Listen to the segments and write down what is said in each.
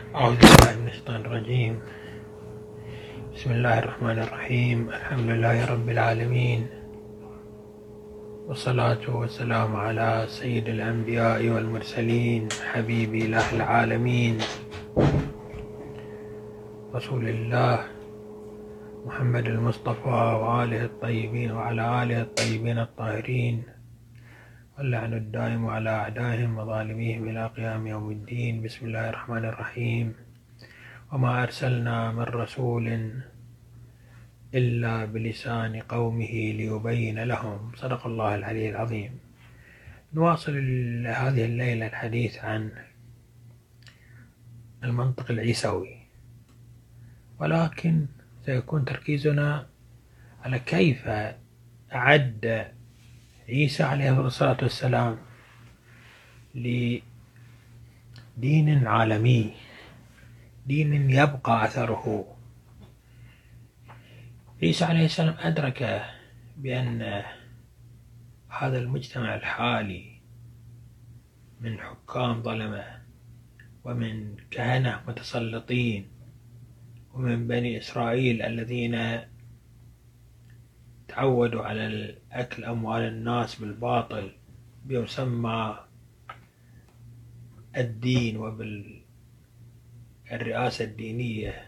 أعوذ بالله من الشيطان الرجيم. بسم الله الرحمن الرحيم. الحمد لله رب العالمين، والصلاة والسلام على سيد الأنبياء والمرسلين، حبيب إله العالمين، رسول الله محمد المصطفى وآله الطيبين وعلى آله الطيبين الطاهرين، واللعن الدائم على أعدائهم وظالميهم إلى قيام يوم الدين. بسم الله الرحمن الرحيم. وما أرسلنا من رسول إلا بلسان قومه ليبين لهم. صدق الله العلي العظيم. نواصل هذه الليلة الحديث عن المنطق العيسوي، ولكن سيكون تركيزنا على كيف أعد عيسى عليه الصلاة والسلام لدين عالمي، دين يبقى أثره. عيسى عليه السلام أدرك بأن هذا المجتمع الحالي من حكام ظلمة ومن كهنة متسلطين ومن بني إسرائيل الذين تعودوا على الأكل أموال الناس بالباطل بيسمى الدين وبالرئاسة الدينية،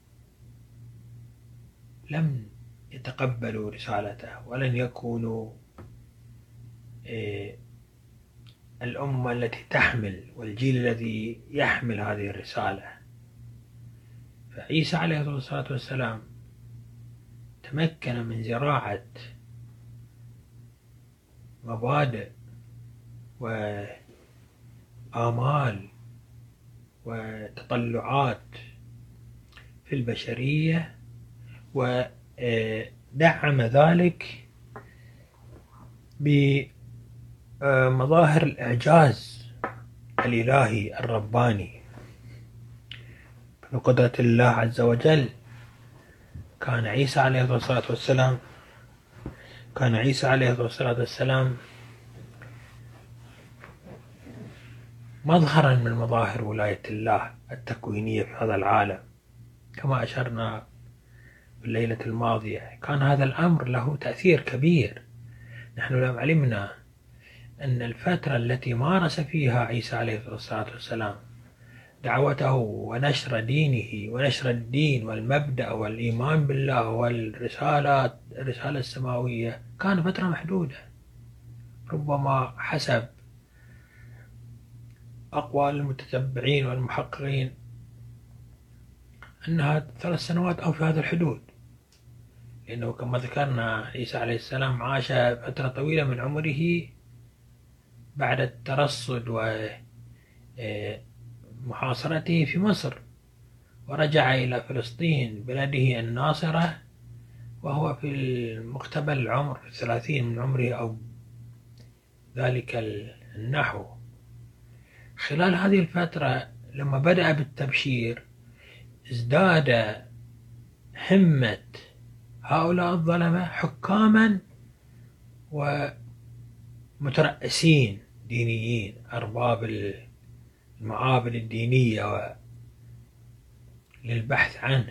لم يتقبلوا رسالته ولن يكونوا الأمة التي تحمل والجيل الذي يحمل هذه الرسالة. فعيسى عليه الصلاة والسلام تمكن من زراعة مبادئ وآمال وتطلعات في البشرية، ودعم ذلك بمظاهر الإعجاز الإلهي الرباني بقدرة الله عز وجل. كان عيسى عليه الصلاة والسلام مظهرا من مظاهر ولاية الله التكوينية في هذا العالم، كما أشرنا في الليلة الماضية. كان هذا الأمر له تأثير كبير. نحن لو علمنا أن الفترة التي مارس فيها عيسى عليه الصلاة والسلام دعوته ونشر دينه ونشر الدين والمبدأ والإيمان بالله والرسالة السماوية، كان فترة محدودة، ربما حسب أقوال المتتبعين والمحققين أنها 3 سنوات أو في هذا الحدود، لأنه كما ذكرنا عيسى عليه السلام عاش فترة طويلة من عمره بعد الترصد ومحاصرته في مصر، ورجع إلى فلسطين بلده الناصرة وهو في المقتبل العمر، في 30 من عمره أو ذلك النحو. خلال هذه الفترة لما بدأ بالتبشير ازداد همة هؤلاء الظلمة حكاما ومترأسين دينيين، أرباب المعابد الدينية للبحث عنه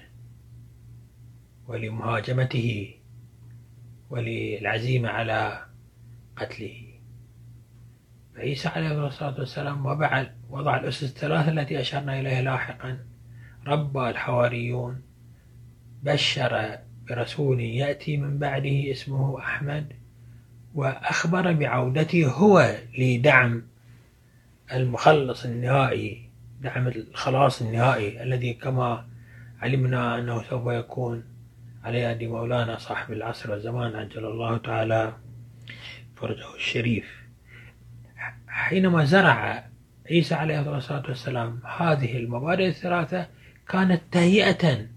ولمهاجمته وللعزيمة على قتله. فعيسى عليه الصلاة والسلام وضع الأسس الثلاثة التي أشرنا إليها لاحقا. ربى الحواريون، بشر برسول يأتي من بعده اسمه أحمد، وأخبر بعودته هو لدعم المخلص النهائي، دعم الخلاص النهائي الذي كما علمنا أنه سوف يكون على يد مولانا صاحب العصر والزمان عجل الله تعالى فرجه الشريف. حينما زرع عيسى عليه الصلاة والسلام هذه المبادئ الثلاثة كانت تهيئة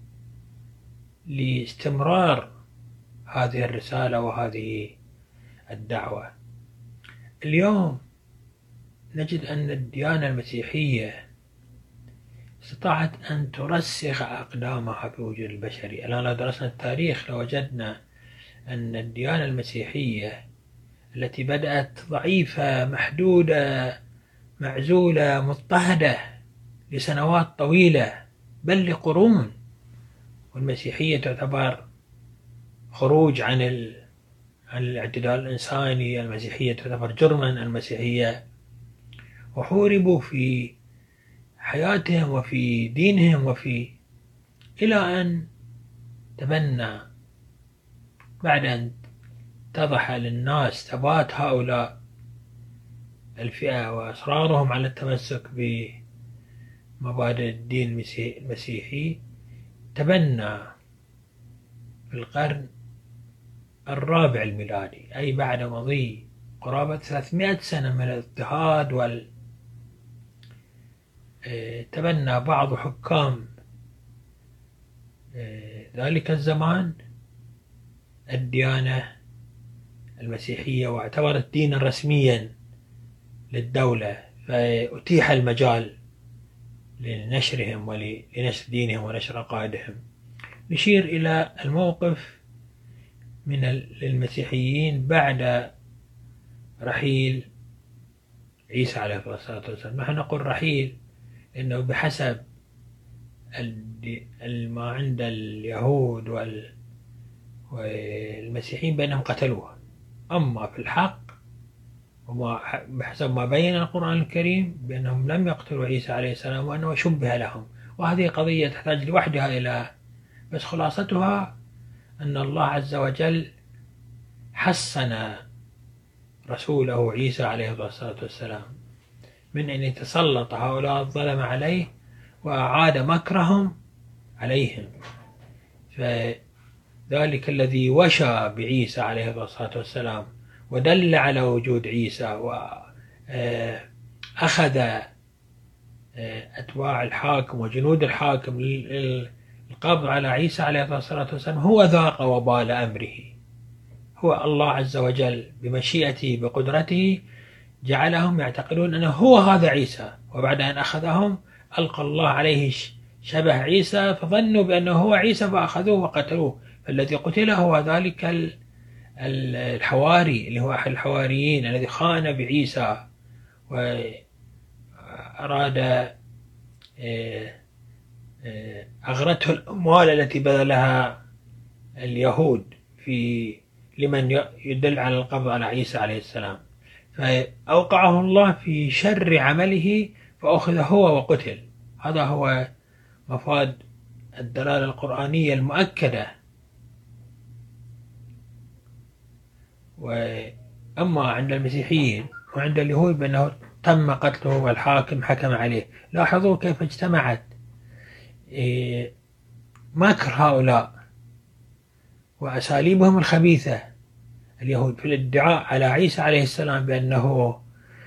لاستمرار هذه الرسالة وهذه الدعوة. اليوم نجد أن الديانة المسيحية استطاعت أن ترسخ أقدامها في وجود البشري. الآن لو درسنا التاريخ لوجدنا أن الديانة المسيحية التي بدأت ضعيفة محدودة معزولة مضطهدة لسنوات طويلة بل لقرون، والمسيحية تعتبر خروج عن الاعتدال الإنساني، المسيحية تعتبر جرما، المسيحية وحوربوا في حياتهم وفي دينهم إلى أن تبنى بعد أن اتضح للناس ثبات هؤلاء الفئة وإصرارهم على التمسك بمبادئ الدين المسيحي، تبنى في القرن الرابع الميلادي، أي بعد مضي قرابة 300 سنة من الاضطهاد تبنى بعض حكام ذلك الزمان الديانة المسيحية، واعتبرت دينا رسميا للدولة، فأتيح المجال لنشرهم ولنشر دينهم ونشر عقائدهم. نشير إلى الموقف من المسيحيين بعد رحيل عيسى عليه الصلاة والسلام. نحن نقول رحيل لأنه بحسب ما عند اليهود والمسيحيين بأنهم قتلوه، أما في الحق بحسب ما بين القرآن الكريم بأنهم لم يقتلوا عيسى عليه السلام وأنه شبه لهم، وهذه قضية تحتاج لوحدها إلى بس خلاصتها أن الله عز وجل حسن رسوله عيسى عليه الصلاة والسلام من أن يتسلط هؤلاء الظلم عليه وأعاد مكرهم عليهم، فذلك الذي وشى بعيسى عليه الصلاة والسلام ودل على وجود عيسى وأخذ أتباع الحاكم وجنود الحاكم للقبض على عيسى عليه الصلاة والسلام هو ذاق وبال أمره. هو الله عز وجل بمشيئته بقدرته جعلهم يعتقدون أنه هو هذا عيسى، وبعد أن أخذهم ألقى الله عليه شبه عيسى فظنوا بأنه هو عيسى فأخذوه وقتلوه، فالذي قتل هو ذلك الحواري اللي هو أحد الحواريين الذي خان بعيسى وأراد أغرته الأموال التي بذلها اليهود لمن يدل على القبض على عيسى عليه السلام، فأوقعه الله في شر عمله فأخذ هو وقتل. هذا هو مفاد الدلالة القرآنية المؤكدة. وأما عند المسيحيين وعند اليهود بأنه تم قتله والحاكم حكم عليه، لاحظوا كيف اجتمعت مكر هؤلاء وأساليبهم الخبيثة اليهود في الادعاء على عيسى عليه السلام بأنه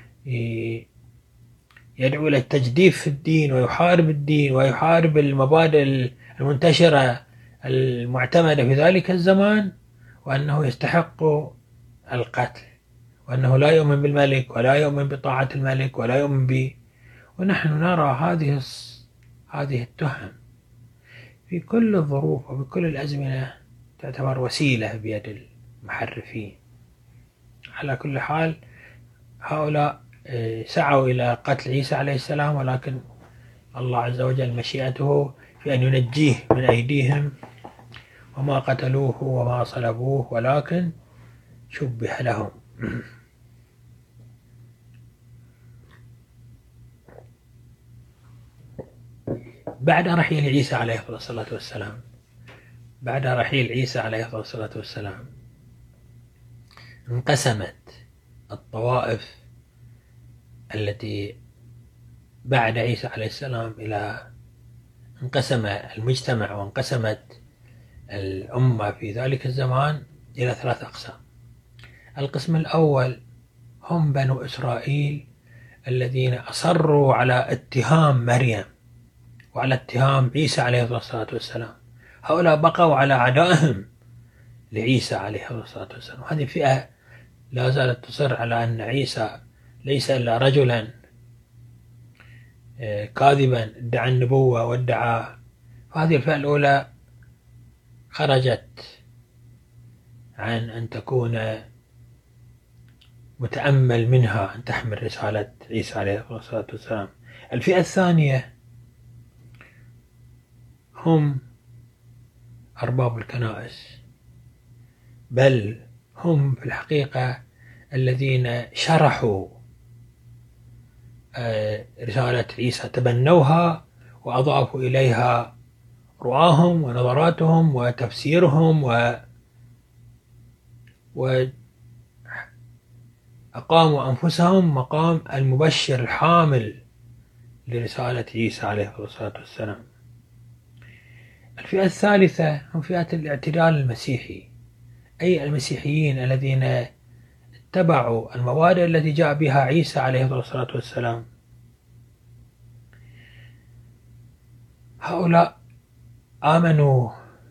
يدعو إلى التجديف في الدين ويحارب الدين ويحارب المبادئ المنتشرة المعتمدة في ذلك الزمان، وأنه يستحق القتل، وأنه لا يؤمن بالملك ولا يؤمن بطاعة الملك ولا يؤمن به. ونحن نرى هذه التهم في كل الظروف وبكل الأزمنة تعتبر وسيلة بيد المحرفين. على كل حال هؤلاء سعوا إلى قتل عيسى عليه السلام، ولكن الله عز وجل مشيئته في أن ينجيه من أيديهم، وما قتلوه وما صلبوه ولكن شبه لهم. بعد رحيل عيسى عليه الصلاة والسلام انقسمت الطوائف التي بعد عيسى عليه السلام انقسم المجتمع وانقسمت الأمة في ذلك الزمان إلى 3 أقسام. القسم الأول هم بنو إسرائيل الذين أصروا على اتهام مريم وعلى اتهام عيسى عليه الصلاة والسلام. هؤلاء بقوا على عدائهم لعيسى عليه الصلاة والسلام. هذه فئة لا زالت تصر على أن عيسى ليس إلا رجلا كاذبا ادعى النبوة وادعى. فهذه الفئة الأولى خرجت عن أن تكون متأمل منها أن تحمل رسالة عيسى عليه الصلاة والسلام. الفئة الثانية هم أرباب الكنائس، بل هم في الحقيقة الذين شرحوا رسالة عيسى، تبنوها وأضافوا إليها رؤاهم ونظراتهم وتفسيرهم وأقاموا أنفسهم مقام المبشر الحامل لرسالة عيسى عليه الصلاة والسلام. الفئة الثالثة هم فئة الاعتدال المسيحي، أي المسيحيين الذين اتبعوا المبادئ التي جاء بها عيسى عليه الصلاة والسلام. هؤلاء آمنوا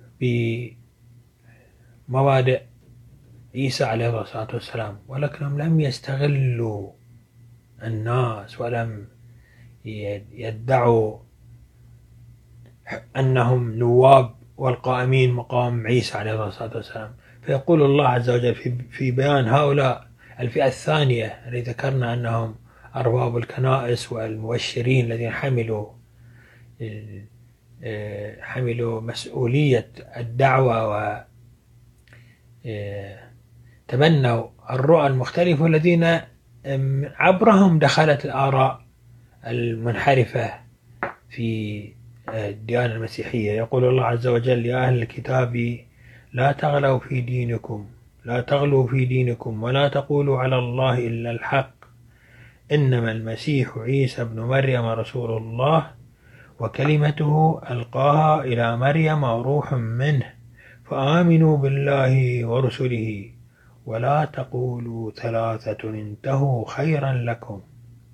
بمبادئ عيسى عليه الصلاة والسلام، ولكنهم لم يستغلوا الناس ولم يدعوا أنهم نواب والقائمين مقام عيسى عليه الصلاة والسلام. فيقول الله عز وجل في بيان هؤلاء الفئة الثانية التي ذكرنا أنهم أرباب الكنائس والمبشرين الذين حملوا مسؤولية الدعوة وتبنوا الرؤى المختلفة، الذين عبرهم دخلت الآراء المنحرفة في الديانة المسيحية. يقول الله عز وجل: يا أهل الكتاب لا تغلوا في دينكم ولا تقولوا على الله إلا الحق، إنما المسيح عيسى ابن مريم رسول الله وكلمته ألقاها إلى مريم وروح منه، فآمنوا بالله ورسله ولا تقولوا ثلاثة انتهوا خيرا لكم،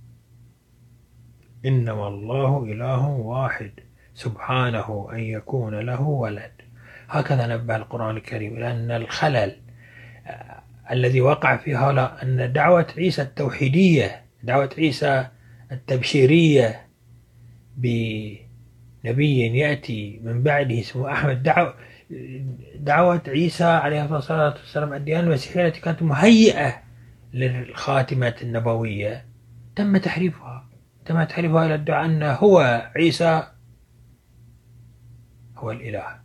إنما الله إله واحد سبحانه أن يكون له ولد. هكذا نبه القرآن الكريم، لأن الخلل الذي وقع في هؤلاء أن دعوة عيسى التوحيدية، دعوة عيسى التبشيرية بنبي يأتي من بعده اسمه أحمد، دعوة عيسى عليه الصلاة والسلام الديانة المسيحية التي كانت مهيئة للخاتمة النبوية، تم تحريفها إلى الدعاء أن هو عيسى هو الإله،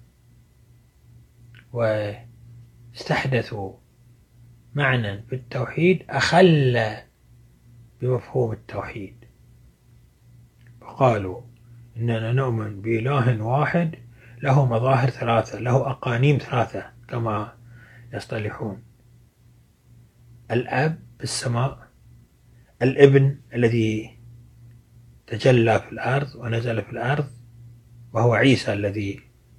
واستحدثوا معنى في التوحيد أخل بمفهوم التوحيد، فقالوا إننا نؤمن بإله واحد له مظاهر ثلاثة، له أقانيم ثلاثة كما يصطلحون: الأب في السماء، الابن الذي تجلى في الأرض ونزل في الأرض وهو عيسى الذي،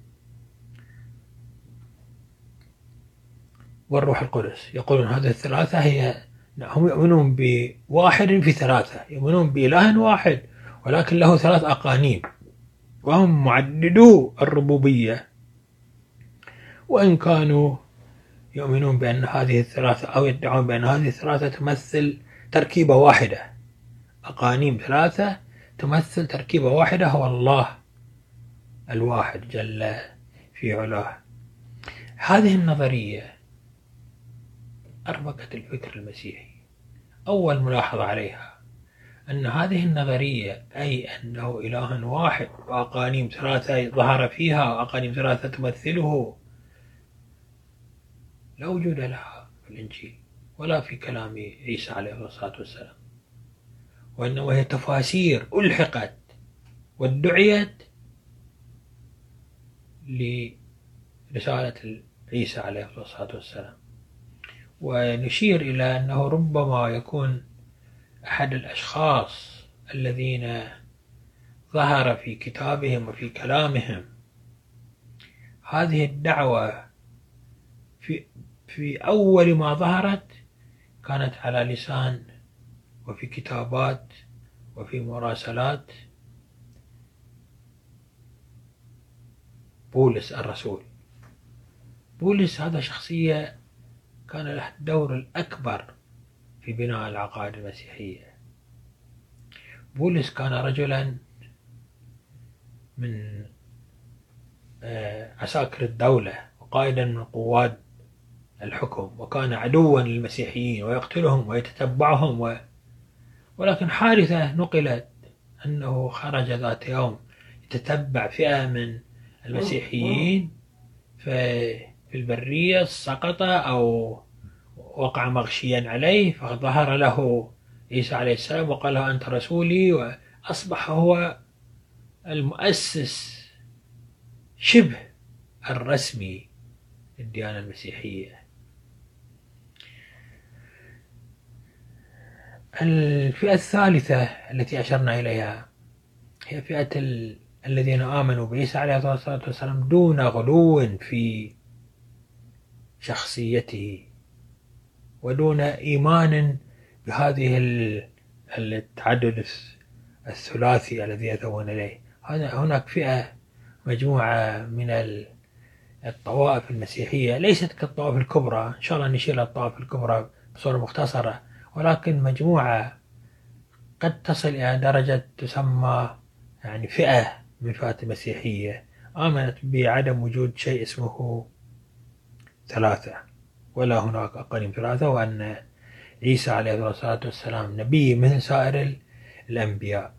والروح القدس. يقولون هذه الثلاثة هم يؤمنون بواحد في ثلاثة، يؤمنون بإله واحد ولكن له ثلاث أقانيم، وهم معددو الربوبية، وإن كانوا يؤمنون بأن هذه الثلاثة أو يدعون بأن هذه الثلاثة تمثل تركيبة واحدة، أقانيم ثلاثة تمثل تركيبة واحدة، هو الله الواحد جل في علاه. هذه النظرية أربكت الفكر المسيحي. أول ملاحظة عليها أن هذه النظرية، أي أنه إله واحد وأقانيم ثلاثة ظهر فيها وأقانيم ثلاثة تمثله، لا وجود لها في الإنجيل ولا في كلام عيسى عليه الصلاة والسلام، وإنما هي تفاسير ألحقت وادعيت لرسالة عيسى عليه الصلاة والسلام. ونشير إلى أنه ربما يكون أحد الأشخاص الذين ظهر في كتابهم وفي كلامهم هذه الدعوة في أول ما ظهرت كانت على لسان وفي كتابات وفي مراسلات بولس الرسول. بولس هذا شخصية كان له الدور الأكبر في بناء العقائد المسيحية. بولس كان رجلا من عساكر الدولة وقائدا من قواد الحكم، وكان عدوا للمسيحيين ويقتلهم ويتتبعهم ولكن حادثة نقلت أنه خرج ذات يوم يتتبع فئة من المسيحيين في البرية سقط أو وقع مغشيا عليه، فظهر له عيسى عليه السلام وقال له أنت رسولي، وأصبح هو المؤسس شبه الرسمي للديانة المسيحية. الفئة الثالثة التي أشرنا إليها هي فئة الذين آمنوا بعيسى عليه الصلاة والسلام دون غلو في شخصيته ودون إيمان بهذه التعدد الثلاثي الذي يذهبون إليه. هناك فئة مجموعة من الطوائف المسيحية ليست كالطوائف الكبرى، إن شاء الله نشير الطوائف الكبرى بصورة مختصرة، ولكن مجموعة قد تصل إلى درجة تسمى يعني فئة من فئات المسيحية آمنت بعدم وجود شيء اسمه ثلاثة، ولا هناك أقل من ثلاثة، وأن عيسى عليه الصلاة والسلام نبي مثل سائر الأنبياء.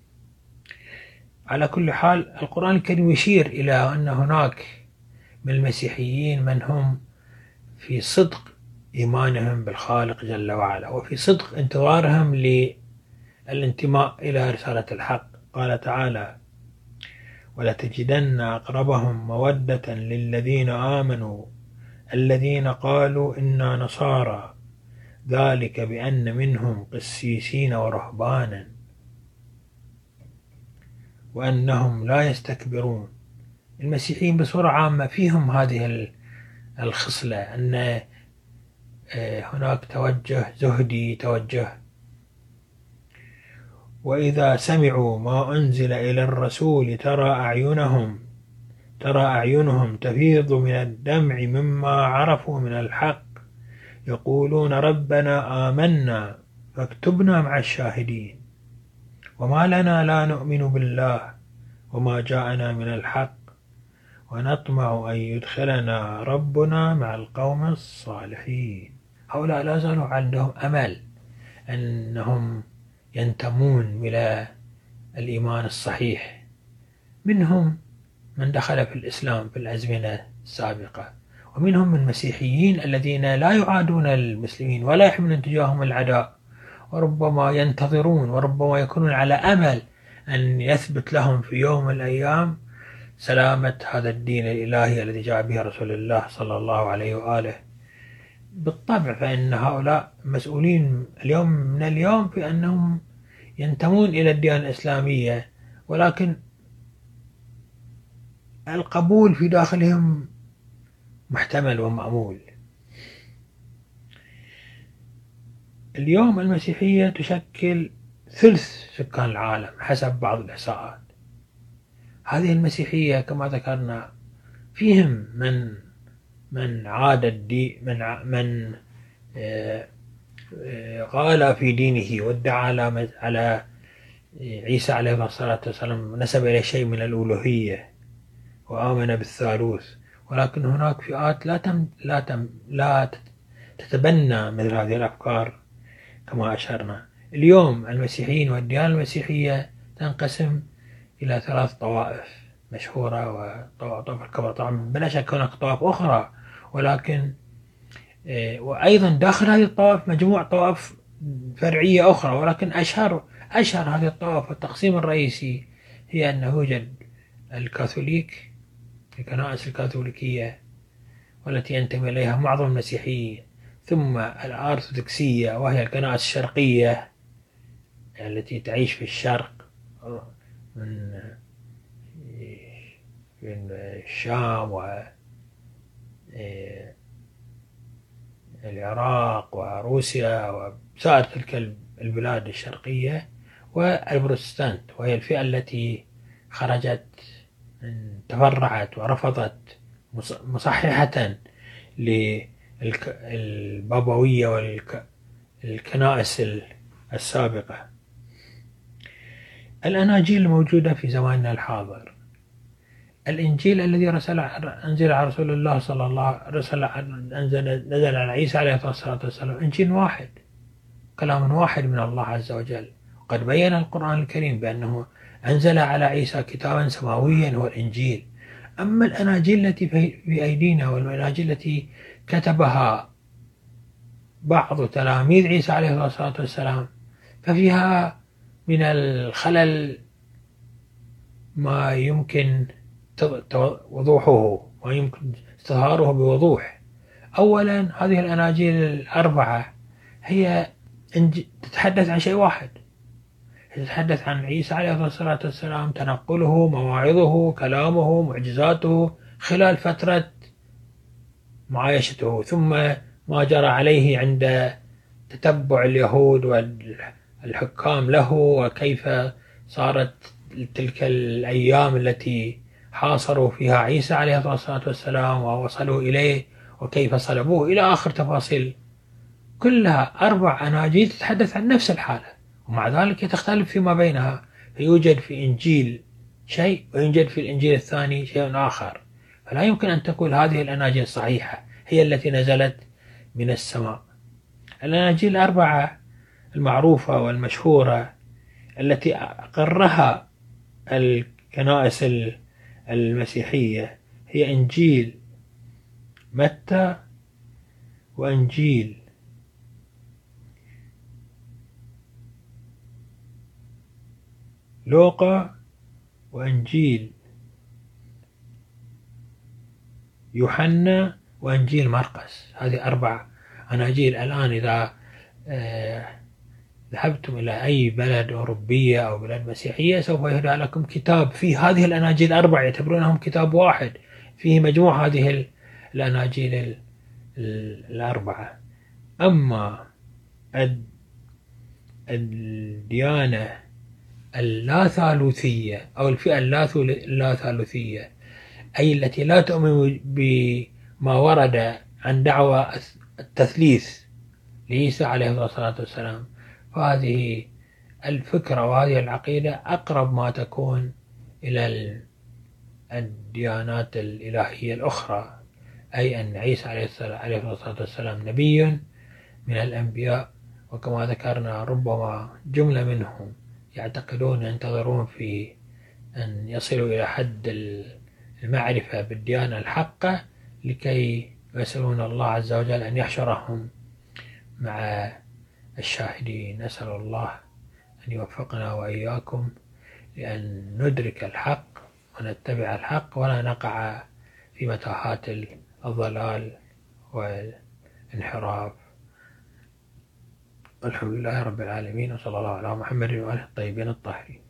على كل حال القرآن الكريم يشير إلى أن هناك من المسيحيين من هم في صدق إيمانهم بالخالق جل وعلا، وفي صدق انتظارهم للانتماء إلى رسالة الحق. قال تعالى: ولتجدن أقربهم مودة للذين آمنوا الذين قالوا إنا نصارى ذلك بأن منهم قسيسين ورهبانا وأنهم لا يستكبرون. المسيحيين بصورة عامة فيهم هذه الخصلة، أن هناك توجه زهدي، توجه وإذا سمعوا ما أنزل إلى الرسول ترى أعينهم تفيض من الدمع مما عرفوا من الحق يقولون ربنا آمنا فاكتبنا مع الشاهدين وما لنا لا نؤمن بالله وما جاءنا من الحق ونطمع أن يدخلنا ربنا مع القوم الصالحين. هؤلاء لا زالوا عندهم أمل أنهم ينتمون إلى الإيمان الصحيح. منهم من دخل في الإسلام في الأزمنة السابقة، ومنهم من المسيحيين الذين لا يعادون المسلمين ولا يحملون تجاههم العداء، وربما ينتظرون وربما يكونون على أمل أن يثبت لهم في يوم من الأيام سلامة هذا الدين الإلهي الذي جاء به رسول الله صلى الله عليه وآله. بالطبع فإن هؤلاء مسؤولين اليوم من اليوم في أنهم ينتمون إلى الديانة الإسلامية، ولكن القبول في داخلهم محتمل ومأمول. اليوم المسيحية تشكل ثلث سكان العالم حسب بعض الإحصاءات. هذه المسيحية كما ذكرنا فيهم من عاد الدين، من غال في دينه وادعى على عيسى عليه الصلاة والسلام، نسب إليه شيء من الألوهية وآمن بالثالوث، ولكن هناك فئات لا تتبنى مثل هذه الأفكار كما أشرنا. اليوم المسيحيين والديانة المسيحية تنقسم إلى 3 طوائف مشهورة، وطوائف الكبرى طبعا بلا شك هناك طوائف أخرى، ولكن وأيضا داخل هذه الطوائف مجموعة طوائف فرعية أخرى، ولكن أشهر هذه الطوائف والتقسيم الرئيسي هي أنه يوجد الكاثوليك، الكنائس الكاثوليكية والتي ينتمي إليها معظم المسيحيين، ثم الأرثوذكسية وهي الكنائس الشرقية التي تعيش في الشرق من الشام والعراق وروسيا وسائر تلك البلاد الشرقية، والبروتستانت وهي الفئة التي خرجت تفرعت ورفضت مصححة للبابوية والكنائس السابقة. الأناجيل الموجودة في زماننا الحاضر، الإنجيل الذي أنزل على رسول الله صلى الله عليه وسلم، نزل على عيسى عليه الصلاة والسلام، إنجيل واحد، كلام واحد من الله عز وجل. وقد بين القرآن الكريم بأنه أنزل على عيسى كتابا سماويا هو الإنجيل، أما الأناجيل التي في أيدينا والأناجيل التي كتبها بعض تلاميذ عيسى عليه الصلاة والسلام ففيها من الخلل ما يمكن وضوحه، ما يمكن استظهاره بوضوح. أولا هذه الأناجيل الأربعة هي تتحدث عن شيء واحد، تتحدث عن عيسى عليه الصلاة والسلام، تنقله، مواعظه، كلامه، معجزاته خلال فترة معايشته، ثم ما جرى عليه عند تتبع اليهود والحكام له، وكيف صارت تلك الأيام التي حاصروا فيها عيسى عليه الصلاة والسلام ووصلوا إليه، وكيف صلبوه، إلى آخر تفاصيل. كلها 4 أناجيل تتحدث عن نفس الحالة، ومع ذلك تختلف فيما بينها، فيوجد في إنجيل شيء ويوجد في الإنجيل الثاني شيء آخر. فلا يمكن أن تكون هذه الأناجيل صحيحة هي التي نزلت من السماء. الأناجيل الأربعة المعروفة والمشهورة التي أقرها الكنائس المسيحية هي إنجيل متى، وإنجيل لوقا، وإنجيل يوحنا، وإنجيل مرقس. هذه 4 أناجيل. الآن إذا ذهبتم إلى أي بلد أوروبية أو بلد مسيحية سوف يهدى لكم كتاب فيه هذه الأناجيل 4، يعتبرونهم كتاب واحد فيه مجموع هذه الأناجيل 4. أما الديانة اللاثالوثية أو الفئة اللاثالوثية، أي التي لا تؤمن بما ورد عن دعوى التثليث لعيسى عليه الصلاة والسلام، فهذه الفكرة وهذه العقيدة أقرب ما تكون إلى الديانات الإلهية الأخرى، أي أن عيسى عليه الصلاة والسلام نبي من الأنبياء، وكما ذكرنا ربما جملة منهم يعتقدون ينتظرون في أن يصلوا إلى حد المعرفة بالديانة الحقة لكي يسألون الله عز وجل أن يحشرهم مع الشاهدين. نسأل الله أن يوفقنا وإياكم لأن ندرك الحق ونتبع الحق ولا نقع في متاهات الضلال والانحراف. الحمد لله رب العالمين، وصلى الله على محمد وآله الطيبين الطاهرين.